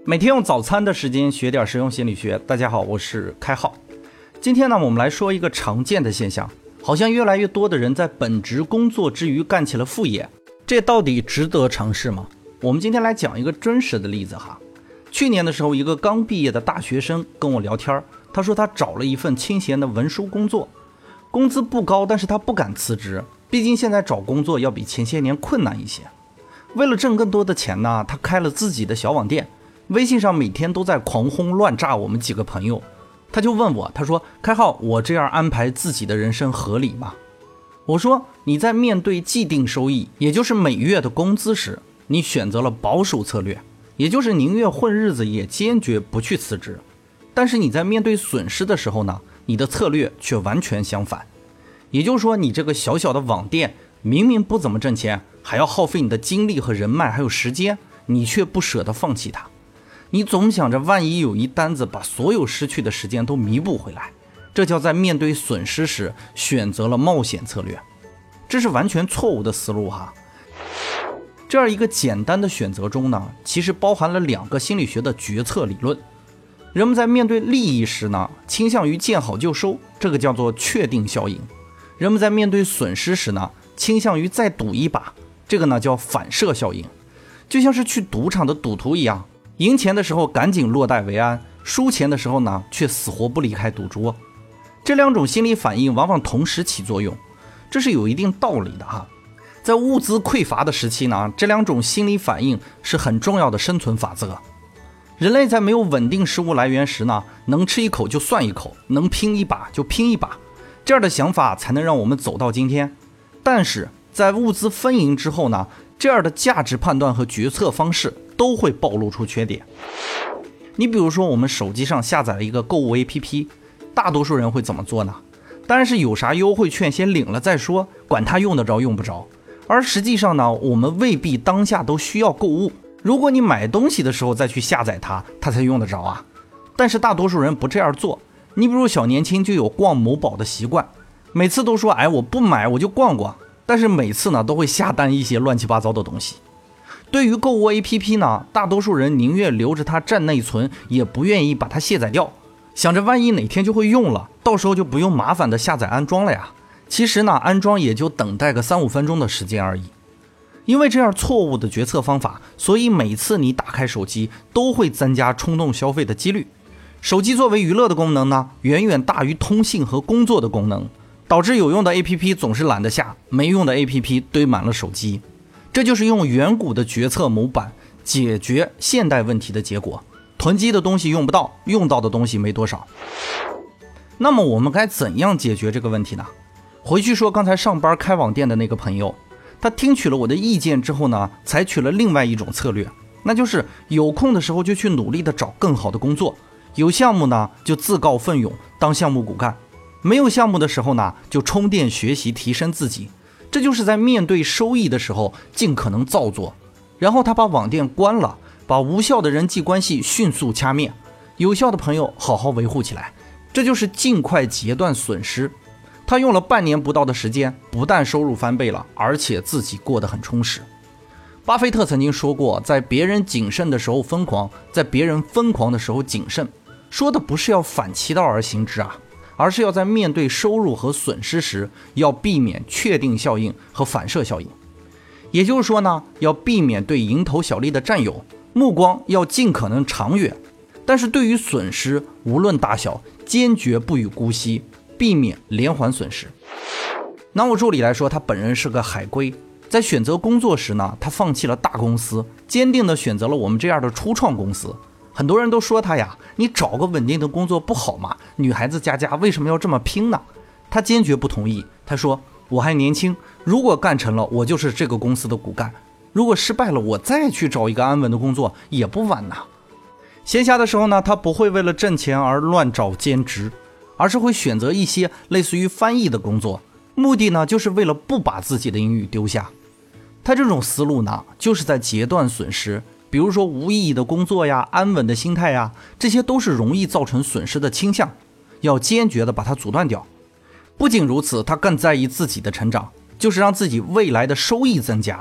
每天用早餐的时间学点实用心理学。大家好，我是开浩。今天呢，我们来说一个常见的现象，好像越来越多的人在本职工作之余干起了副业，这到底值得尝试吗？我们今天来讲一个真实的例子哈。去年的时候，一个刚毕业的大学生跟我聊天，他说他找了一份清闲的文书工作，工资不高，但是他不敢辞职，毕竟现在找工作要比前些年困难一些。为了挣更多的钱呢，他开了自己的小网店，微信上每天都在狂轰乱炸我们几个朋友。他就问我，他说开浩，我这样安排自己的人生合理吗？我说你在面对既定收益，也就是每月的工资时，你选择了保守策略，也就是宁愿混日子也坚决不去辞职。但是你在面对损失的时候呢，你的策略却完全相反。也就是说，你这个小小的网店明明不怎么挣钱，还要耗费你的精力和人脉还有时间，你却不舍得放弃它。你总想着万一有一单子把所有失去的时间都弥补回来，这叫在面对损失时选择了冒险策略。这是完全错误的思路哈。这样一个简单的选择中呢，其实包含了两个心理学的决策理论。人们在面对利益时呢，倾向于见好就收，这个叫做确定效应。人们在面对损失时呢，倾向于再赌一把，这个呢叫反射效应。就像是去赌场的赌徒一样，赢钱的时候赶紧落袋为安，输钱的时候呢却死活不离开赌桌。这两种心理反应往往同时起作用，这是有一定道理的哈。在物资匮乏的时期呢，这两种心理反应是很重要的生存法则。人类在没有稳定食物来源时呢，能吃一口就算一口，能拼一把就拼一把，这样的想法才能让我们走到今天。但是在物资丰盈之后呢，这样的价值判断和决策方式都会暴露出缺点。你比如说，我们手机上下载了一个购物 APP， 大多数人会怎么做呢？当然是有啥优惠券先领了再说，管它用得着用不着。而实际上呢，我们未必当下都需要购物，如果你买东西的时候再去下载它才用得着啊。但是大多数人不这样做。你比如小年轻就有逛某宝的习惯，每次都说我不买我就逛逛，但是每次呢都会下单一些乱七八糟的东西。对于购物 APP 呢，大多数人宁愿留着它占内存，也不愿意把它卸载掉，想着万一哪天就会用了，到时候就不用麻烦的下载安装了呀。其实呢，安装也就等待个3-5分钟的时间而已。因为这样错误的决策方法，所以每次你打开手机都会增加冲动消费的几率。手机作为娱乐的功能呢，远远大于通信和工作的功能，导致有用的 APP 总是懒得下，没用的 APP 堆满了手机。这就是用远古的决策模板解决现代问题的结果。囤积的东西用不到，用到的东西没多少。那么我们该怎样解决这个问题呢？回去说刚才上班开网店的那个朋友，他听取了我的意见之后呢，采取了另外一种策略，那就是有空的时候就去努力的找更好的工作，有项目呢就自告奋勇当项目骨干，没有项目的时候呢就充电学习提升自己。这就是在面对收益的时候尽可能造作。然后他把网店关了，把无效的人际关系迅速掐灭，有效的朋友好好维护起来，这就是尽快截断损失。他用了半年不到的时间，不但收入翻倍了，而且自己过得很充实。巴菲特曾经说过，在别人谨慎的时候疯狂，在别人疯狂的时候谨慎，说的不是要反其道而行之啊，而是要在面对收入和损失时，要避免确定效应和反射效应。也就是说呢，要避免对蝇头小利的占有，目光要尽可能长远，但是对于损失无论大小，坚决不予姑息，避免连环损失。拿我助理来说，他本人是个海归，在选择工作时呢，他放弃了大公司，坚定地选择了我们这样的初创公司。很多人都说他呀，你找个稳定的工作不好吗？女孩子家家为什么要这么拼呢？他坚决不同意。他说，我还年轻，如果干成了，我就是这个公司的骨干，如果失败了，我再去找一个安稳的工作也不晚呐。闲暇的时候呢，他不会为了挣钱而乱找兼职，而是会选择一些类似于翻译的工作，目的呢就是为了不把自己的英语丢下。他这种思路呢，就是在截断损失，比如说无意义的工作呀，安稳的心态呀，这些都是容易造成损失的倾向，要坚决的把它阻断掉。不仅如此，他更在意自己的成长，就是让自己未来的收益增加。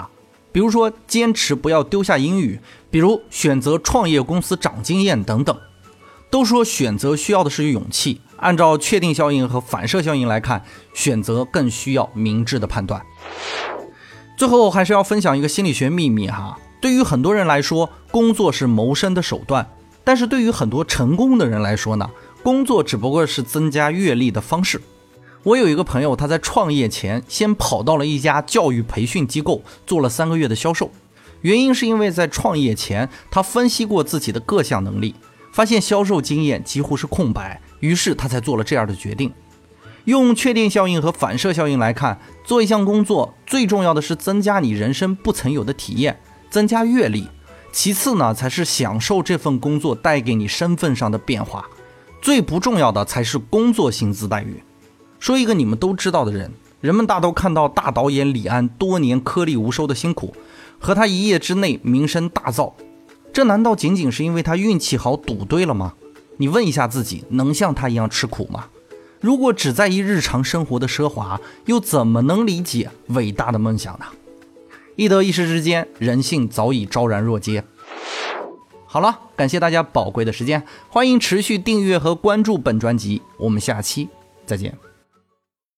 比如说坚持不要丢下英语，比如选择创业公司长经验等等。都说选择需要的是勇气，按照确定效应和反射效应来看，选择更需要明智的判断。最后还是要分享一个心理学秘密哈，对于很多人来说，工作是谋生的手段，但是对于很多成功的人来说呢，工作只不过是增加阅历的方式。我有一个朋友，他在创业前先跑到了一家教育培训机构做了3个月的销售，原因是因为在创业前他分析过自己的各项能力，发现销售经验几乎是空白，于是他才做了这样的决定。用确定效应和反射效应来看，做一项工作最重要的是增加你人生不曾有的体验，增加阅历，其次呢才是享受这份工作带给你身份上的变化，最不重要的才是工作薪资待遇。说一个你们都知道的人，人们大都看到大导演李安多年颗粒无收的辛苦，和他一夜之内名声大噪，这难道仅仅是因为他运气好赌对了吗？你问一下自己，能像他一样吃苦吗？如果只在意日常生活的奢华，又怎么能理解伟大的梦想呢？一得一失之间，人性早已昭然若揭。好了，感谢大家宝贵的时间，欢迎持续订阅和关注本专辑，我们下期再见。